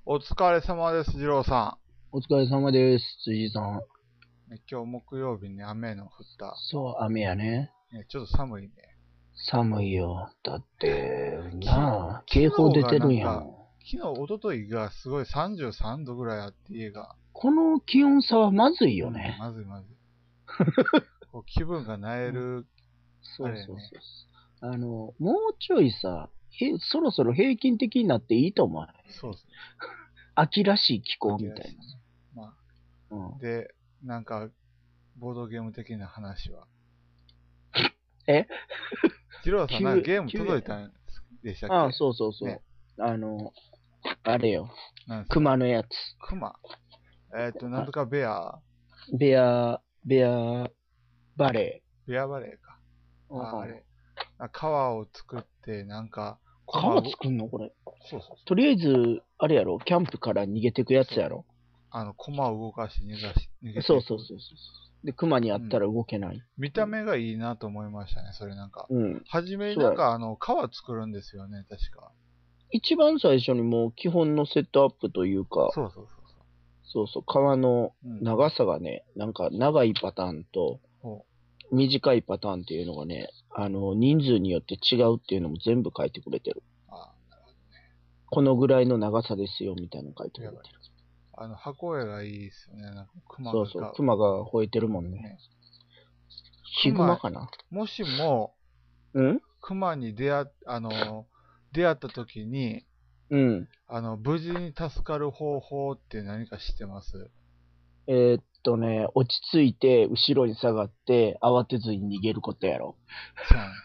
お疲れ様です、次郎さお疲れ様です、辻さん。 ん。今日木曜日に雨の降った。 そう、雨やね。 ちょっと寒いね。 寒いよ。だって、 きなあ、警報昨日が出てるやん。 昨日、一昨日がすごい33度ぐらいあって家が。 この気温差はまずいよね。 まずいまずい。こう気分がなえる、あれね。 そう。もうちょいさ、そろそろ平均的になっていいと思う。 そうですね。 秋らしい気候みたいまな。 あ、で、なんか、ボードゲーム的な話は。 え次郎さん、なんかゲーム届いたんでしたっけ？ ああ、そう。 ね、 あれよ。 なんですか？ 熊のやつ。 熊。なんとかベアベアバレベアバレーか。 ー。 あれ。川を作って、なんか、 川作んのこれ。 そう。 とりあえず、あれやろ、キャンプから逃げてくやつやろ。 駒を動かして逃げていく。 そう。で、熊にあったら動けない。 見た目がいいなと思いましたね、それなんか。 うん。 はじめになんか、川作るんですよね、確か。 一番最初にもう基本のセットアップというか、 そう。 川の長さがね、なんか長いパターンと、短いパターンっていうのがね、人数によって違うっていうのも全部書いてくれてる。 ああ、なるほどね。 このぐらいの長さですよ、みたいなの書いてくれてる。 箱絵がいいですよね、なんか熊が。 そう、熊が吠えてるもんね。ヒグマかな？ もしも、熊に出会った時に、無事に助かる方法って何か知ってます？ 落ち着いて、後ろに下がって、慌てずに逃げることやろ。 そうなんです。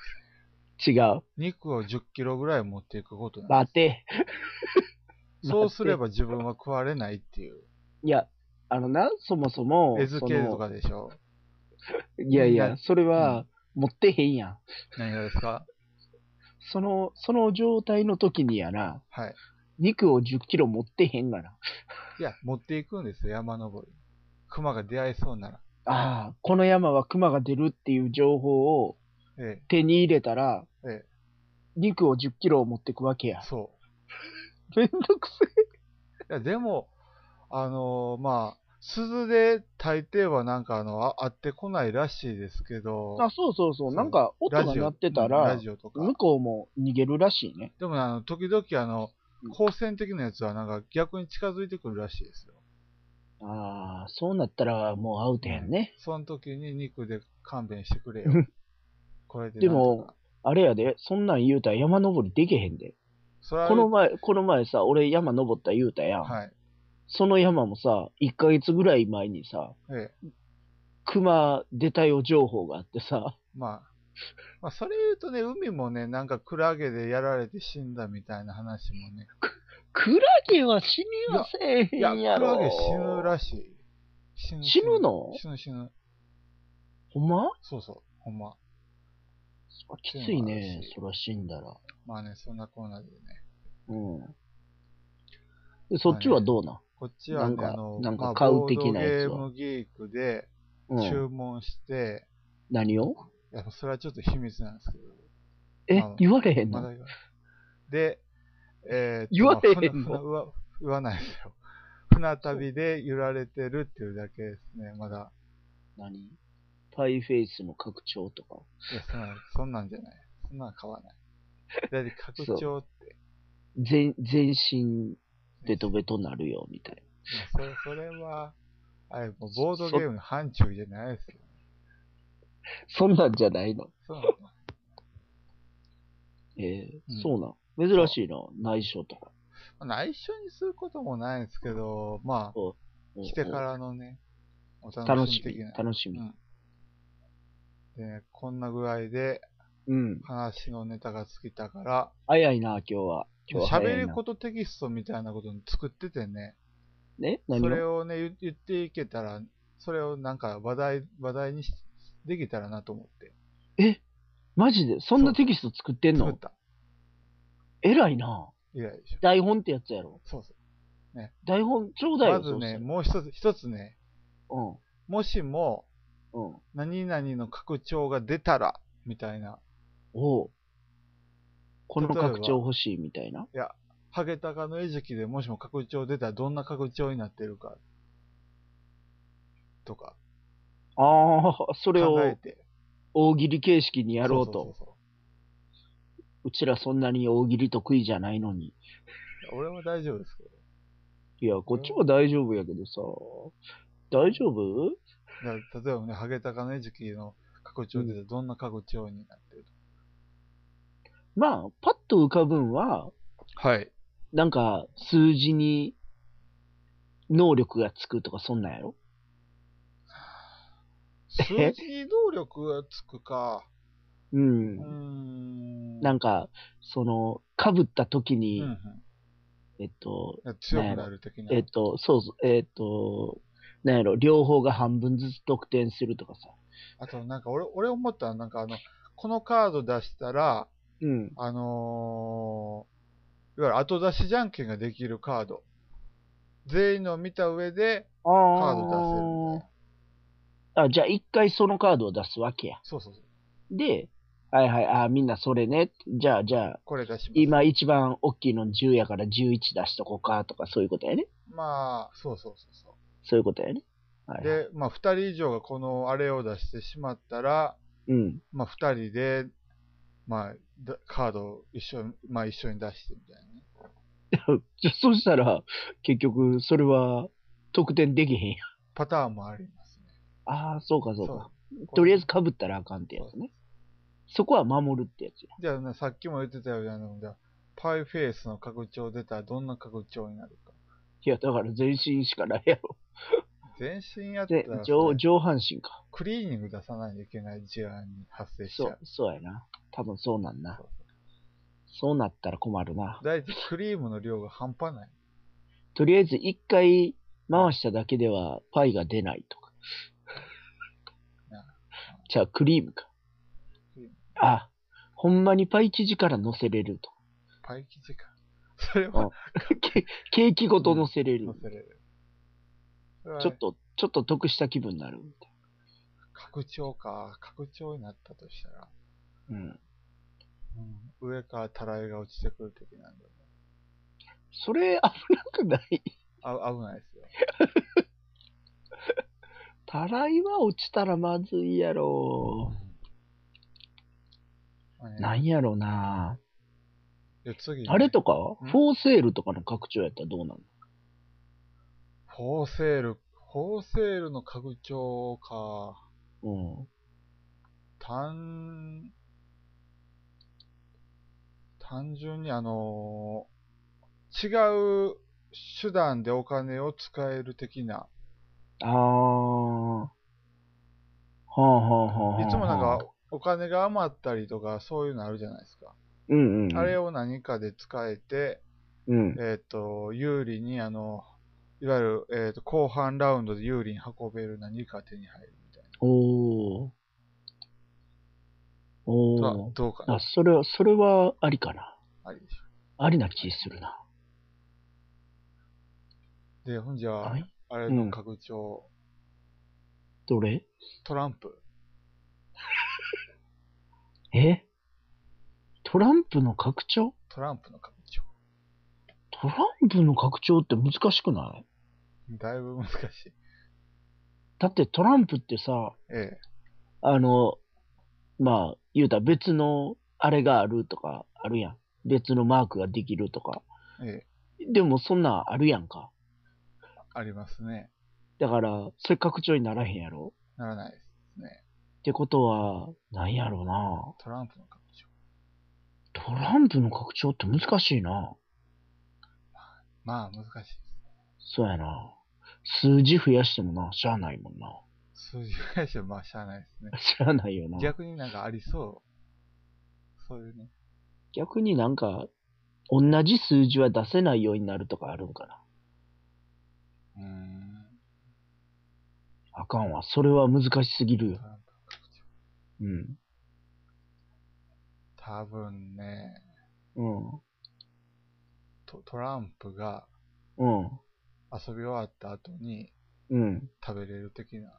違う。 肉を10キロぐらい持っていくことなんです。 待て。 そうすれば自分は食われないっていう。 いや、そもそも、 餌付けとかでしょ。 いや、それは、持ってへんやん。 何がですか？ その状態の時にやな、 はい。 肉を10キロ持ってへんがな。 いや、持っていくんですよ、山登り。熊が出会いそうなら。 ああ、この山は熊が出るっていう情報を手に入れたら、肉を10キロ持ってくわけや。 そう。 めんどくせえ。いや、でも、鈴で大抵はなんか合ってこないらしいですけど。 そう。なんか音が鳴ってたら、向こうも逃げるらしいね。 でも時々好戦的なやつはなんか逆に近づいてくるらしいですよ。 ああ、そうなったらもうアウトやんね。 その時に肉で勘弁してくれよ。これででも、あれやで、そんなん言うたら山登りできへんで。この前さ、俺山登った言うたやん。はい。その山もさ、1ヶ月ぐらい前にさ、熊出たよ情報があってさ。 まあ、それ言うとね、海もね、なんかクラゲでやられて死んだみたいな話もね。 クラゲは死にはせえへんやろ。 クラゲ死ぬらしい。 死ぬの？ 死ぬ。 ほんま？ そう、ほんま。 きついね、そら死んだら。 まあね、そんなコーナーでね。で、そっちはどうな？ こっちはね、 なんか買う的なやつは。 ボードゲームギークで注文して、 何を？ いや、それはちょっと秘密なんですけど。 言われへんの？ で、 言われへんの？ 言わないですよ。船旅で揺られてるっていうだけですね、まだ。 何？パイフェイスの拡張とか。 いや、そんなんじゃない。そんなん買わない。だって拡張って。 全身ベトベトなるよ、みたいな。それは、もうボードゲームの範疇じゃないですよ。 そんなんじゃないの？ そうなんだ。 そうなん。珍しいな、内緒とか。 内緒にすることもないですけど、来てからのね、お楽しみ的な。 楽しみ。 で、こんな具合で、話のネタが尽きたから。 早いな、今日は。 喋ることテキストみたいなことに作っててね。 何を？ それをね、言っていけたら、それをなんか話題にできたらなと思って。 マジでそんなテキスト作ってんの？ 作った。 偉いな。 偉いでしょ。 台本ってやつやろ。 そう。ね。 台本ちょうだいよ。 まずね、もう一つね。もしも、何々の拡張が出たら、みたいな。 この拡張欲しいみたいな。 いや、 ハゲタカの餌食でもしも拡張出たらどんな拡張になってるか、とか。 ああ、それを大喜利形式にやろうと。うちらそんなに大喜利得意じゃないのに。 俺は大丈夫ですけど。 いや、こっちも大丈夫やけどさ。大丈夫？ 例えばね、ハゲタカの餌食の拡張出たらどんな拡張になってると。 まあ、パッと浮かぶんは、 はい。 なんか、数字に能力がつくとかそんなんやろ？ 数字に能力がつくか。 うん。なんか、被った時に、 強くなる的な。 そうそう、なんやろ、両方が半分ずつ得点するとかさ。 あと、なんか俺思ったら、なんかこのカード出したら、 うん。 いわゆる後出しじゃんけんができるカード。全員のを見た上で、カード出せるみたいな。じゃあ一回そのカードを出すわけや。 そうそうそう。 で、はいはい、みんなそれね。じゃあ、 これ出します。 今一番大きいの10やから11出しとこうかとかそういうことやね。 まあ、そう。 そういうことやね。 はいはい、で、まあ、2人以上がこのあれを出してしまったら、まあ、2人で、まあ、カードを一緒に出してみたいなね。そしたら、結局、それは得点できへんやん。 パターンもありますね。 ああ、そうか。とりあえず被ったらあかんってやつね。そこは守るってやつや。 じゃあ、ね、さっきも言ってたように、パイフェイスの拡張出たらどんな拡張になるか。 いや、だから全身しかないやろ。 全身やったら上半身か。 クリーニング出さないといけない事案に発生しちゃう。 そうやな。多分そうなんな。そうなったら困るな。 だいたいクリームの量が半端ない。 とりあえず一回回しただけではパイが出ないとか。じゃあクリームか。ほんまにパイ生地から乗せれると。 パイ生地か。それはケーキごと乗せれる。 乗せれる。 ちょっと得した気分になる。 拡張になったとしたら。上からたらいが落ちてくる的なんだ。 それ危なくない？ 危ないですよ。 たらいは落ちたらまずいやろ。なんやろな。あれとかフォーセールとかの拡張やったらどうなの？ フォーセールの拡張か。単純に違う手段でお金を使える的な。いつもなんかお金が余ったりとかそういうのあるじゃないですか。あれを何かで使えて、有利にいわゆる、後半ラウンドで有利に運べる何か手に入るみたいな。どうかな。 それはありかな。 ありでしょ。 ありな気するな。 で、ほんじゃ、あれの拡張。 どれ？ トランプ。 トランプの拡張？ トランプの拡張。 トランプの拡張って難しくない？ だいぶ難しい。 だってトランプってさ、まあ、言うたら別のあれがあるとかあるやん。別のマークができるとか。でもそんなんあるやんか。 ありますね。 だから、それ拡張にならへんやろ？ ならないですね。 ってことは、なんやろうな。 トランプの拡張。 トランプの拡張って難しいな。 まあ、難しいです。 そうやな。数字増やしてもな、しゃあないもんな。 数字増やしてもまあ、しゃあないですね。 しゃあないよな。 逆になんかありそう。そういうね。 逆になんか、同じ数字は出せないようになるとかあるんかな。あかんわ。それは難しすぎるよ。 多分ね。トランプが、遊び終わった後に、食べれる的な。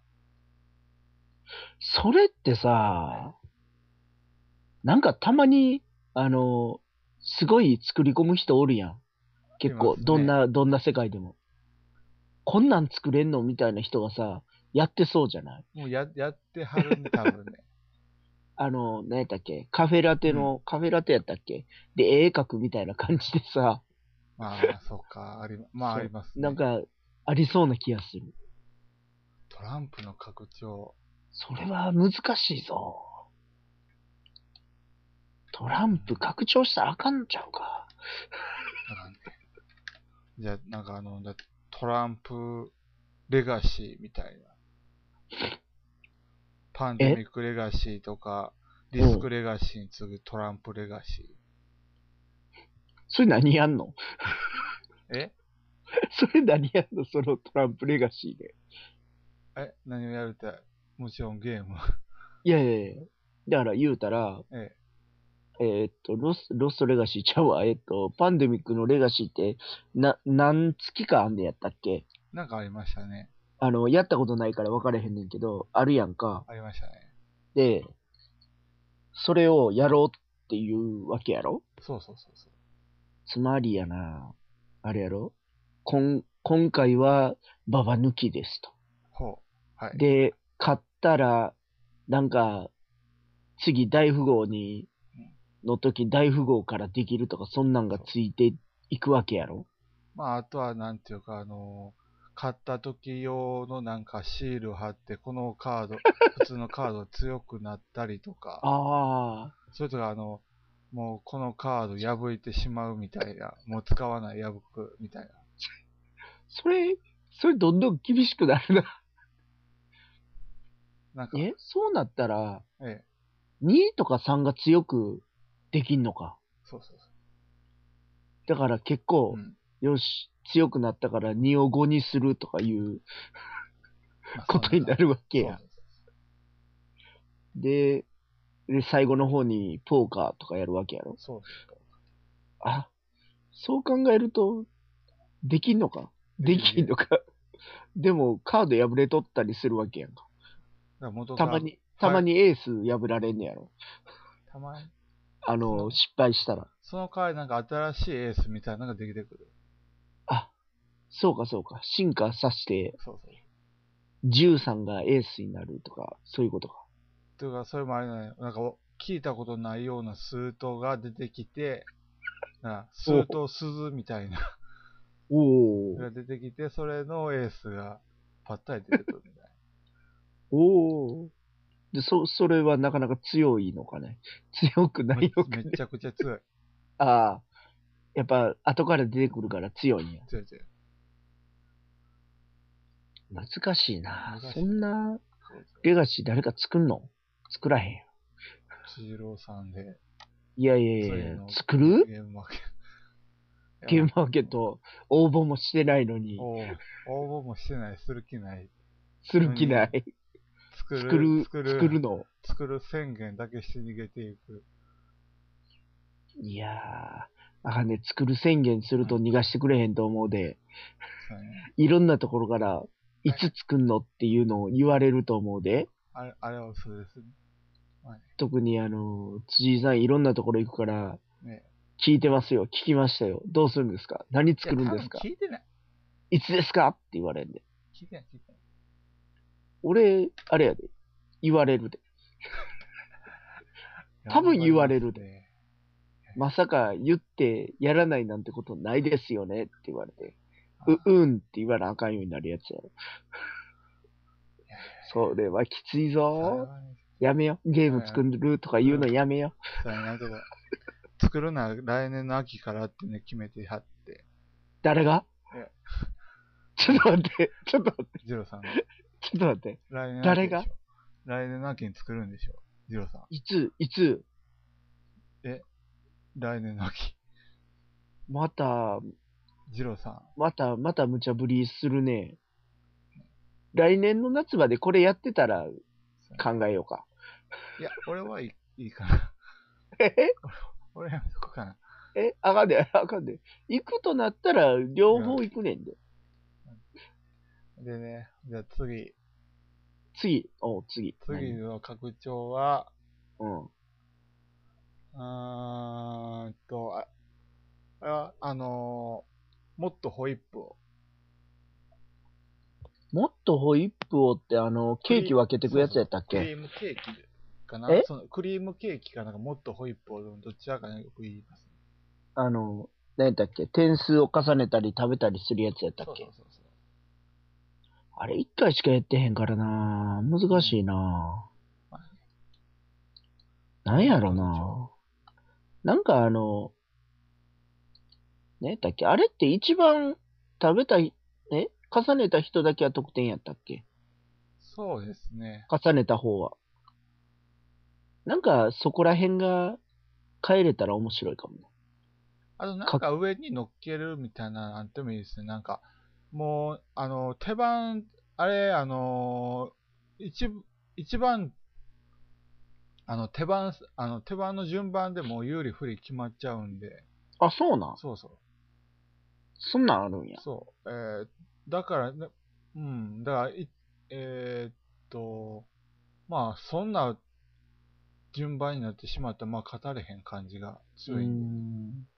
それってさ、なんかたまに、すごい作り込む人おるやん。 結構、どんな世界でも。こんなん作れんのみたいな人がさ、やってそうじゃない？ もうやってはるね、多分ね。 何やったっけカフェラテやったっけで、絵描くみたいな感じでさ。 まあ、そっか、ありますね。 なんか、ありそうな気がする。 トランプの拡張。 それは難しいぞ。トランプ拡張したらあかんのちゃうか。 じゃあ、トランプレガシーみたいな。パンデミックレガシーとか、リスクレガシーに次ぐトランプレガシー。それ何やんの？それ何やんの？そのトランプレガシーで。 何をやるって、もちろんゲーム。 いやいやいや。だから言うたら、ロストレガシーちゃうわ。パンデミックのレガシーって、何月かあんねやったっけ？ なんかありましたね。 やったことないから分かれへんねんけど、あるやんか。 ありましたね。 で、それをやろうっていうわけやろ？ そう。 つまりやな、あれやろ？今回はババ抜きですと。 はい。 で、買ったら、なんか、次大富豪の時大富豪からできるとか、そんなんがついていくわけやろ？ まあ、あとは、なんていうか、買った時用のなんかシール貼って、このカード、普通のカード強くなったりとか。 ああ。 それとか、もうこのカード破いてしまうみたいな。もう使わない破くみたいな。 それどんどん厳しくなるな。 なんか。 そうなったら、2とか3が強くできんのか。 そう。 だから結構、よし、強くなったから2を5にするとかいうことになるわけや。で、最後の方にポーカーとかやるわけやろ。 そう。 そう考えると、できんのか。でも、カード破れとったりするわけやんか。たまにエース破られんねやろ。 たまに。 失敗したら。 その代わりなんか新しいエースみたいなのができてくる。 そうか。進化させて、13がエースになるとか、そういうことか。 というか、それもあれだね。なんか、聞いたことないようなスートが出てきて、スート鈴みたいな。が出てきて、それのエースがパッタリ出てくるみたいな。 で、それはなかなか強いのかね。強くないのかね。 めちゃくちゃ強い。 やっぱ、後から出てくるから強いんや。 強い。 難しいな。そんな、レガシー誰か作んの？作らへんよ。 辻郎さんで。 いや、作る？ ゲームマーケット、応募もしてないのに。 応募もしてない、する気ない。 作る宣言だけして逃げていく。 いやー、作る宣言すると逃がしてくれへんと思うで、いろんなところから、いつ作んのっていうのを言われると思うで。 あれはそうですね。 特に辻井さんいろんなところ行くから、聞いてますよ。聞きましたよ。どうするんですか？何作るんですか？ 聞いてない。 いつですかって言われるんで。 聞いてない。 俺、あれやで。言われるで。多分言われるで。まさか言ってやらないなんてことないですよねって言われて。うんって言わなあかんようになるやつやろ。それはきついぞ。やめよ。ゲーム作るとか言うのやめよ。 作るなら来年の秋からってね、決めてはって。 誰が？ちょっと待って。 ジロさんが。 ちょっと待って。誰が？ 来年の秋に作るんでしょ。ジロさん。 いつ？ 来年の秋。 また、 ジロさん。 また無茶ぶりするね。来年の夏までこれやってたら考えようか。 いや、俺はいいかな。俺やめとこうかな。 あかんで。行くとなったら両方行くねんで。 でね、じゃあ次。 次。 次の拡張は、 もっとホイップを。 もっとホイップをって、ケーキ分けてくやつやったっけ？ クリームケーキかな？クリームケーキかなんかもっとホイップをどちらかね、よく言います、ね。 何やったっけ？点数を重ねたり食べたりするやつやったっけ？そう。あれ一回しかやってへんからな。難しいな。なんやろな。なんか何やったっけ？あれって一番食べた重ねた人だけは得点やったっけ？ そうですね。 重ねた方は。なんかそこら辺が変えれたら面白いかもね。 なんか上に乗っけるみたいななんてもいいですね。なんか、もう、手番、あれ、一番、手番の順番でもう有利不利決まっちゃうんで。 あ、そうなん？ そうそう。 そんなんあるんや。 そう。だからね、うん、だから、まあ、そんな順番になってしまったら、まあ、語れへん感じが強いんで。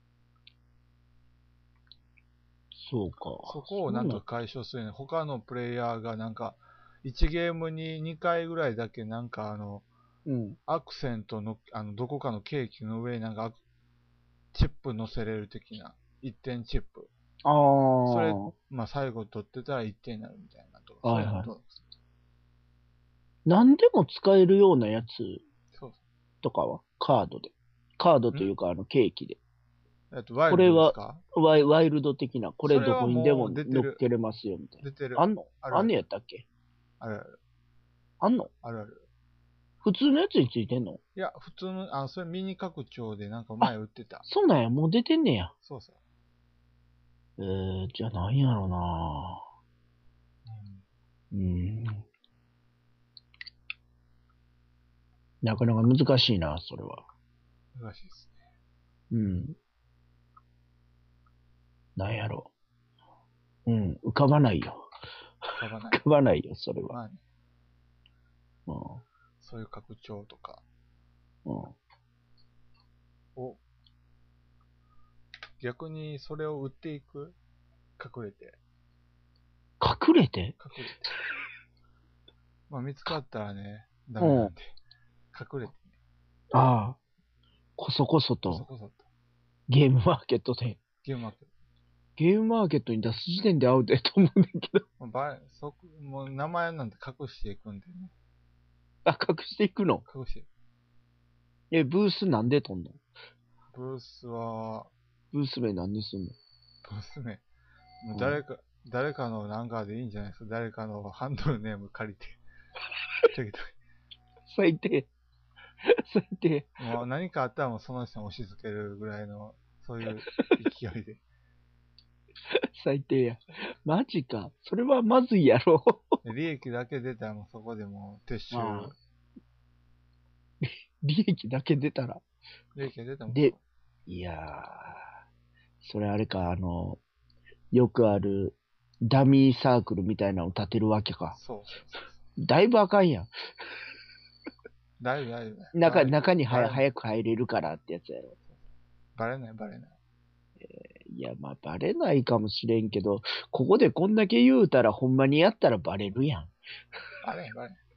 そうか。 そこをなんとか解消するね。他のプレイヤーがなんか、1ゲームに2回ぐらいだけなんかアクセントの、どこかのケーキの上になんか、チップ乗せれる的な、1点チップ。 ああ。 それ、まあ最後取ってたら1点になるみたいなとか。はいはい。 何でも使えるようなやつとかはカードで。カードというかケーキで。 ワイルドですか？ ワイルド的な、これどこにでも乗っけれますよみたいな。 出てる。 あんのやったっけ？ あるある。 あんの？ あるある。 普通のやつについてんの？ いや、普通の、それミニ拡張でなんか前売ってた。 そうなんや、もう出てんねや。 そうそう。 じゃあなんやろな。なかなか難しいな、それは。 難しいですね。なんやろ。浮かばないよ。浮かばないよ、それは。まあね。 そういう拡張とか。逆にそれを売っていく？隠れて。 隠れて？ まあ見つかったらね、ダメなんで。隠れてね。 ああ。こそこそと。ゲームマーケットで。ゲームマーケットに出す時点でアウトやと思うんだけど。 もう名前なんて隠していくんでね。 あ、隠していくの？ 隠していく。 ブースなんで取んの？ ブースは、 ブース名何にすんの？ ブース名。もう誰かのなんかでいいんじゃないですか。誰かのハンドルネーム借りて。 最低。最低。 もう何かあったらもうその人に押し付けるぐらいの、そういう勢いで。 最低や。マジか。それはまずいやろ。 利益だけ出たらもうそこでもう撤収。 利益だけ出たら。 利益出たもん。 いやー、それあれか、よくあるダミーサークルみたいなのを立てるわけか。 そう。 だいぶあかんやん。 だいぶ。 中に早く入れるからってやつやろ。 バレない。 いや、まあ、バレないかもしれんけど、ここでこんだけ言うたら、ほんまにやったらバレるやん。 バレ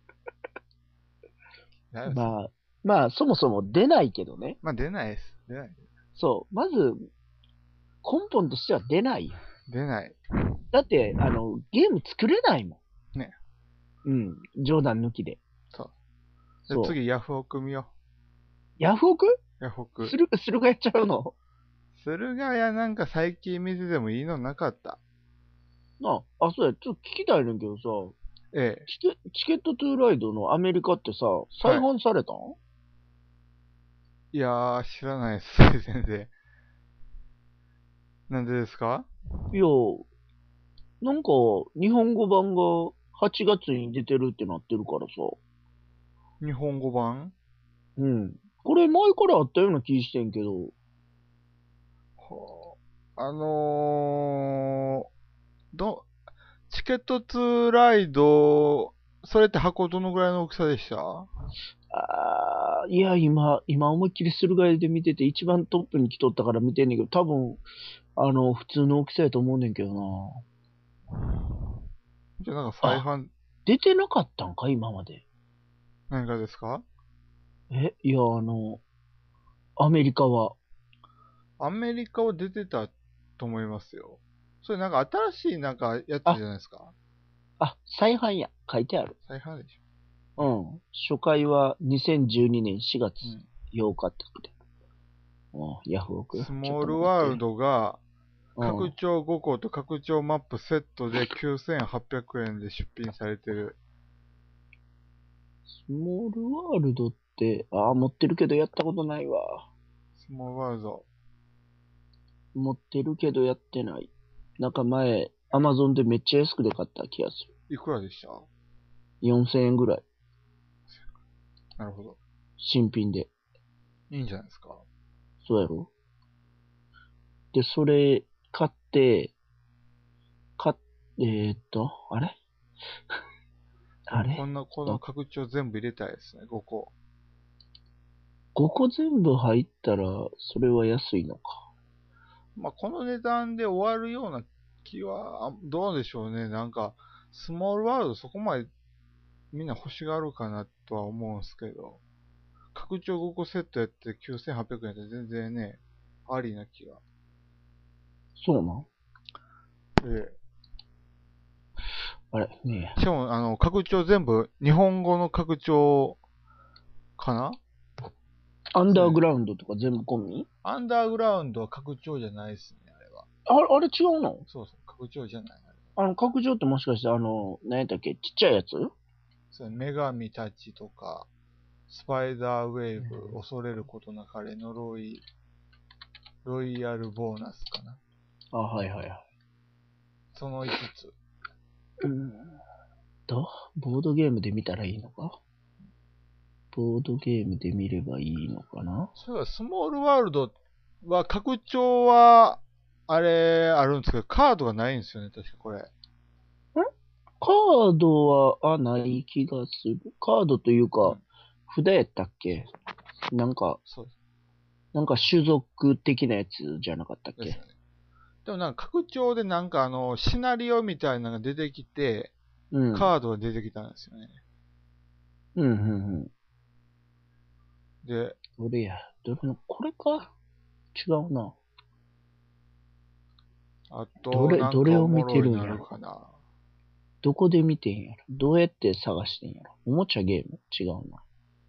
ない。 まあ、そもそも出ないけどね。 まあ、出ないです。 そう。まず、根本としては出ない。 出ない。 だって、ゲーム作れないもん。ね。 冗談抜きで。 そう。次、ヤフオク見よう。ヤフオク？ ヤフオク。 駿河屋ちゃうの？ 駿河屋なんか最近見ててもいいのなかった。 そうや、ちょっと聞きたいねんけどさ。チケットトゥーライドのアメリカってさ、再販されたん？ いやー、知らないです、全然。なんでですか？ いや、なんか、日本語版が8月に出てるってなってるからさ。 日本語版？ これ前からあったような気してんけど。 チケットトゥーライドそれって箱どのぐらいの大きさでした？ いや、今思いっきり駿河屋で見てて一番トップに来とったから見てんねんけど、多分、普通の大きさやと思うねんけどな。 じゃあなんか再販。 出てなかったんか今まで。 何がですか？ いや、アメリカは。 アメリカは出てたと思いますよ。それなんか新しいなんかやつじゃないですか？ 再販や。書いてある。 再販でしょ。うん。初回は2012年4月8日ってことで。ヤフオク。 スモールワールドが、拡張5個と拡張マップセットで9800円で出品されてる。 スモールワールドって、持ってるけどやったことないわ。 スモールワールド。 持ってるけどやってない。なんか前、アマゾンでめっちゃ安くで買った気がする。 いくらでした？ 4000 円ぐらい。 なるほど。 新品で。 いいんじゃないですか。 そうやろ？で、それ、買って、あれあれこの拡張全部入れたいですね、5個。 5個全部入ったら、それは安いのか。 まあ、この値段で終わるような気は、どうでしょうね。なんか、スモールワールドそこまでみんな欲しがるかなとは思うんですけど、拡張5個セットやって9800円って全然ね、ありな気が。 そうなん？ ええ。 あれねえ。 しかも、拡張全部、日本語の拡張かな？ アンダーグラウンドとか全部込み？ アンダーグラウンドは拡張じゃないですね、あれは。 あれ違うの？ そうそう、拡張じゃない。 拡張ってもしかして、何やったっけ？ちっちゃいやつ？ そう、女神たちとか、スパイダーウェーブ、恐れることなかれ、呪い、ロイヤルボーナスかな。 はいはいはい。 その5つ。 ボードゲームで見たらいいのか？ボードゲームで見ればいいのかな？ そういえば、スモールワールドは、拡張は、あれ、あるんですけど、カードがないんですよね、確かこれ。 カードは、ない気がする。カードというか、札やったっけ？なんか、なんか種族的なやつじゃなかったっけ？ですよね。 でもなんか拡張でなんかシナリオみたいなのが出てきて、カードが出てきたんですよね。で、 どれや？これか？違うな。 あと、どれを見てるんやろかな。 どこで見てんやろ？どうやって探してんやろ？おもちゃゲーム？違うな。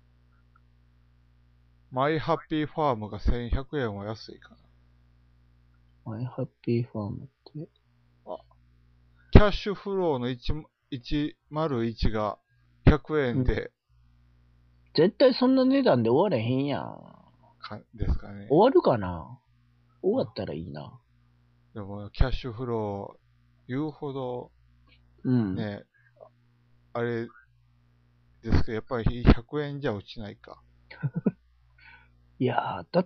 マイハッピーファームが1100円は安いかな。 マイハッピーファームって。 キャッシュフローの101が100円で、 絶対そんな値段で終われへんやん。 ですかね。 終わるかな？終わったらいいな。 でも、キャッシュフロー、言うほど、ね、あれですけど、やっぱり100円じゃ落ちないか。 いやー、だって、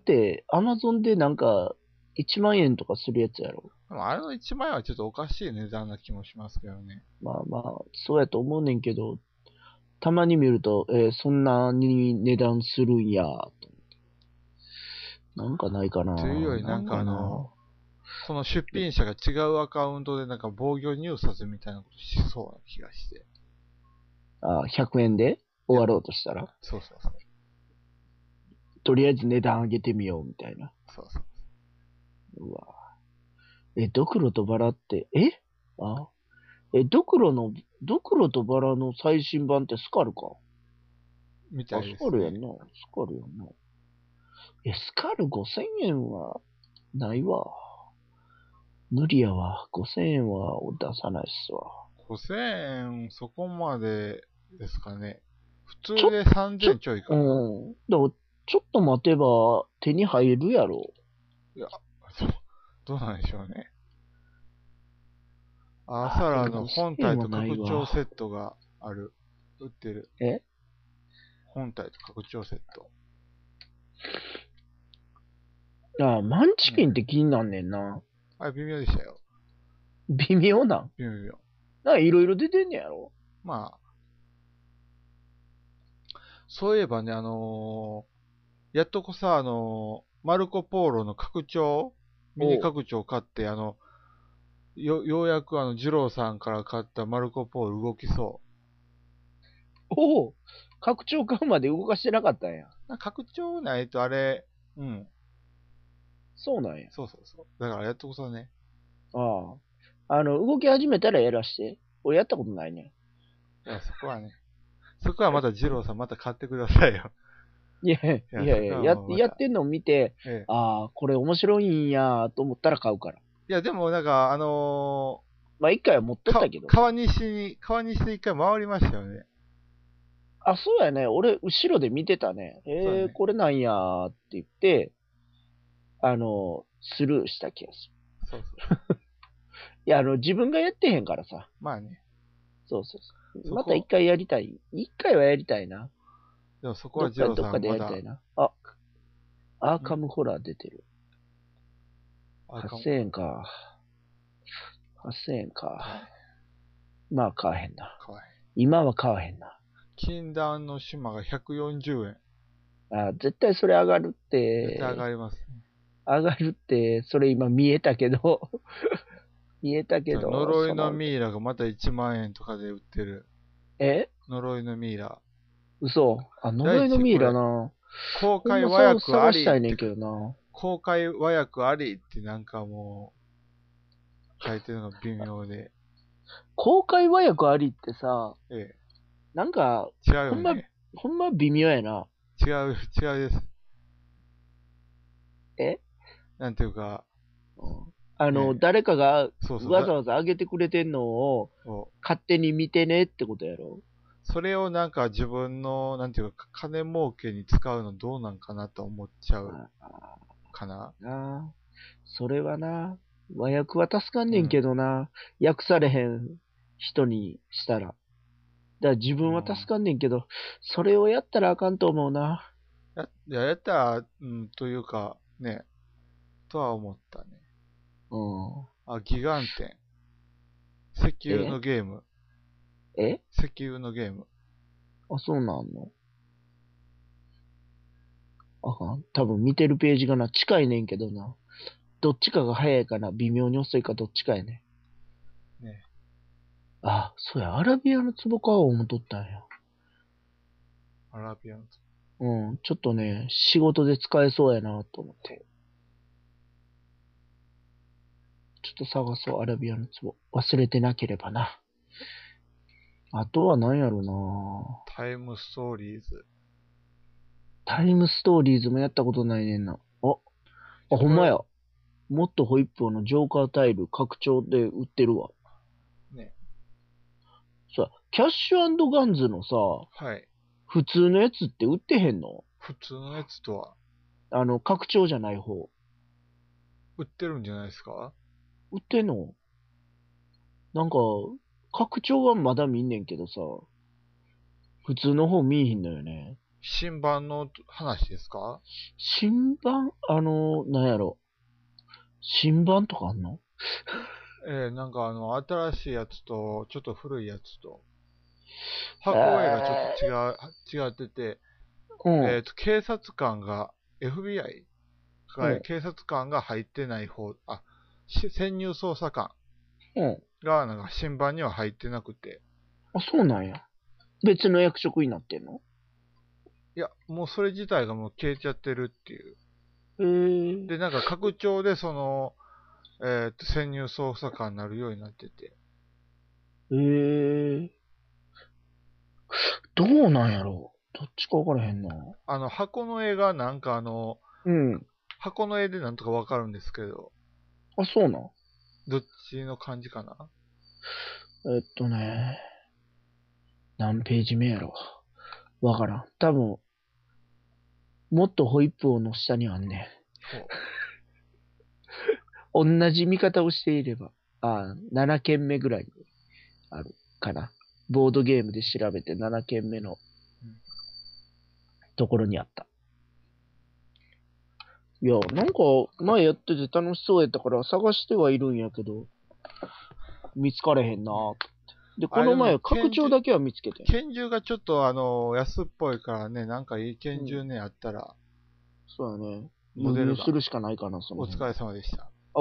アマゾンでなんか、1万円とかするやつやろ。 でもあれの1万円はちょっとおかしい値段な気もしますけどね。 まあまあ、そうやと思うねんけど、たまに見ると、そんなに値段するんや、と。なんかないかな。 というより、なんかこの出品者が違うアカウントでなんか防御入札みたいなことしそうな気がして。 100円で終わろうとしたら。 そう。 とりあえず値段上げてみようみたいな。 そう。 うわ。ドクロとバラって、ドクロとバラの最新版ってスカルか？ みたいですね。 スカルやんな。スカル5000円はないわ。無理やわ。5000円は出さないっすわ。 5000円、そこまでですかね。普通で3000ちょいかな。 だからちょっと待てば手に入るやろ。 いや、どうなんでしょうね。サラの本体と拡張セットがある。売ってる。本体と拡張セット。 マンチキンって気になんねんな。 微妙でしたよ。 微妙なん？ 微妙。 いろいろ出てんねやろ？ まあ、 そういえばね、やっとこさ、マルコ・ポーロの拡張、ミニ拡張買って、ようやく二郎さんから買ったマルコ・ポーロ動きそう。 おお、拡張買うまで動かしてなかったんや。 拡張ないとあれ、うん。 そうなんや。 そう。だからやっとこそね。 ああ。動き始めたらやらして。俺やったことないね。 いや、そこはね。そこはまた二郎さんまた買ってくださいよ。 いややってんのを見て、ああ、これ面白いんやと思ったら買うから。いや、でもなんか、 まあ一回は持っとったけど。 川西で一回回りましたよね。 あ、そうやね。俺、後ろで見てたね。これなんやーって言って、スルーした気がする。そう。いや、自分がやってへんからさ。 まあね。 そう。また一回やりたい。一回はやりたいな。 でもそこはジローさんどっかでやりたいな。あ、アーカムホラー出てる。8000円か。8000円か。まあ買わへんな。今は買わへんな。 禁断の島が140円。 あ、絶対それ上がるって。 絶対上がります、ね。 上がるって、それ今見えたけど。見えたけど。 呪いのミイラがまた1万円とかで売ってる。 え？ 呪いのミイラ。 嘘。あ、呪いのミイラな。 公開和訳あり。 したいねんけどな。 公開和訳ありってなんかもう、書いてるのが微妙で。 公開和訳ありってさ、 ええ。 なんか、 違うよね。 ほんま微妙やな。 違うです。 え？ なんていうか、 誰かがわざわざ上げてくれてんのを勝手に見てねってことやろ。 それをなんか自分の、なんていうか、金儲けに使うのどうなんかなと思っちゃうかな。 それはな、和訳は助かんねんけどな、訳されへん人にしたら。だから自分は助かんねんけど、それをやったらあかんと思うな。 やったら、というか、ね、とは思ったね。ギガンテン。石油のゲーム。石油のゲーム。 あ、そうなんの？あかん。多分見てるページがな、近いねんけどな。どっちかが早いかな、微妙に遅いかどっちかやね。ね。あ、そうや、アラビアの壺買おう思っとったんや。 アラビアの壺？ちょっとね、仕事で使えそうやなと思って。ちょっと探そう、アラビアの壺。忘れてなければな。あとは何やろな。 タイムストーリーズ。 タイムストーリーズもやったことないねんな。ほんまや。もっとホイップのジョーカータイル拡張で売ってるわ。ね。さ、キャッシュ&ガンズのさ、はい。普通のやつって売ってへんの？ 普通のやつとは拡張じゃない方。 売ってるんじゃないですか？ 売ってんの？なんか、拡張はまだ見んねんけどさ、普通の方見えひんのよね。 新版の話ですか？ 新版？なんやろ。新版とかあんの？ なんか新しいやつと、ちょっと古いやつと、箱絵がちょっと違ってて、警察官が、FBI 警察官が入ってない方、潜入捜査官がなんか新版には入ってなくて。 あ、そうなんや。別の役職になってんの？ いや、もうそれ自体がもう消えちゃってるっていう。で、なんか拡張で潜入捜査官になるようになってて。 どうなんやろう？どっちか分からへんな。 箱の絵がなんか箱の絵でなんとか分かるんですけど。 あ、そうなん？ どっちの感じかな？ 何ページ目やろ？わからん。多分、もっとホイップ王の下にあんねん。同じ見方をしていれば、7件目ぐらいにあるかな。ボードゲームで調べて7件目のところにあった。いや、なんか前やってて楽しそうやったから探してはいるんやけど、見つかれへんなぁ。 で、この前、拡張だけは見つけて。 拳銃がちょっと安っぽいからね、なんかいい拳銃ね、あったら。 そうだね。輸入するしかないかな、 お疲れ様でした。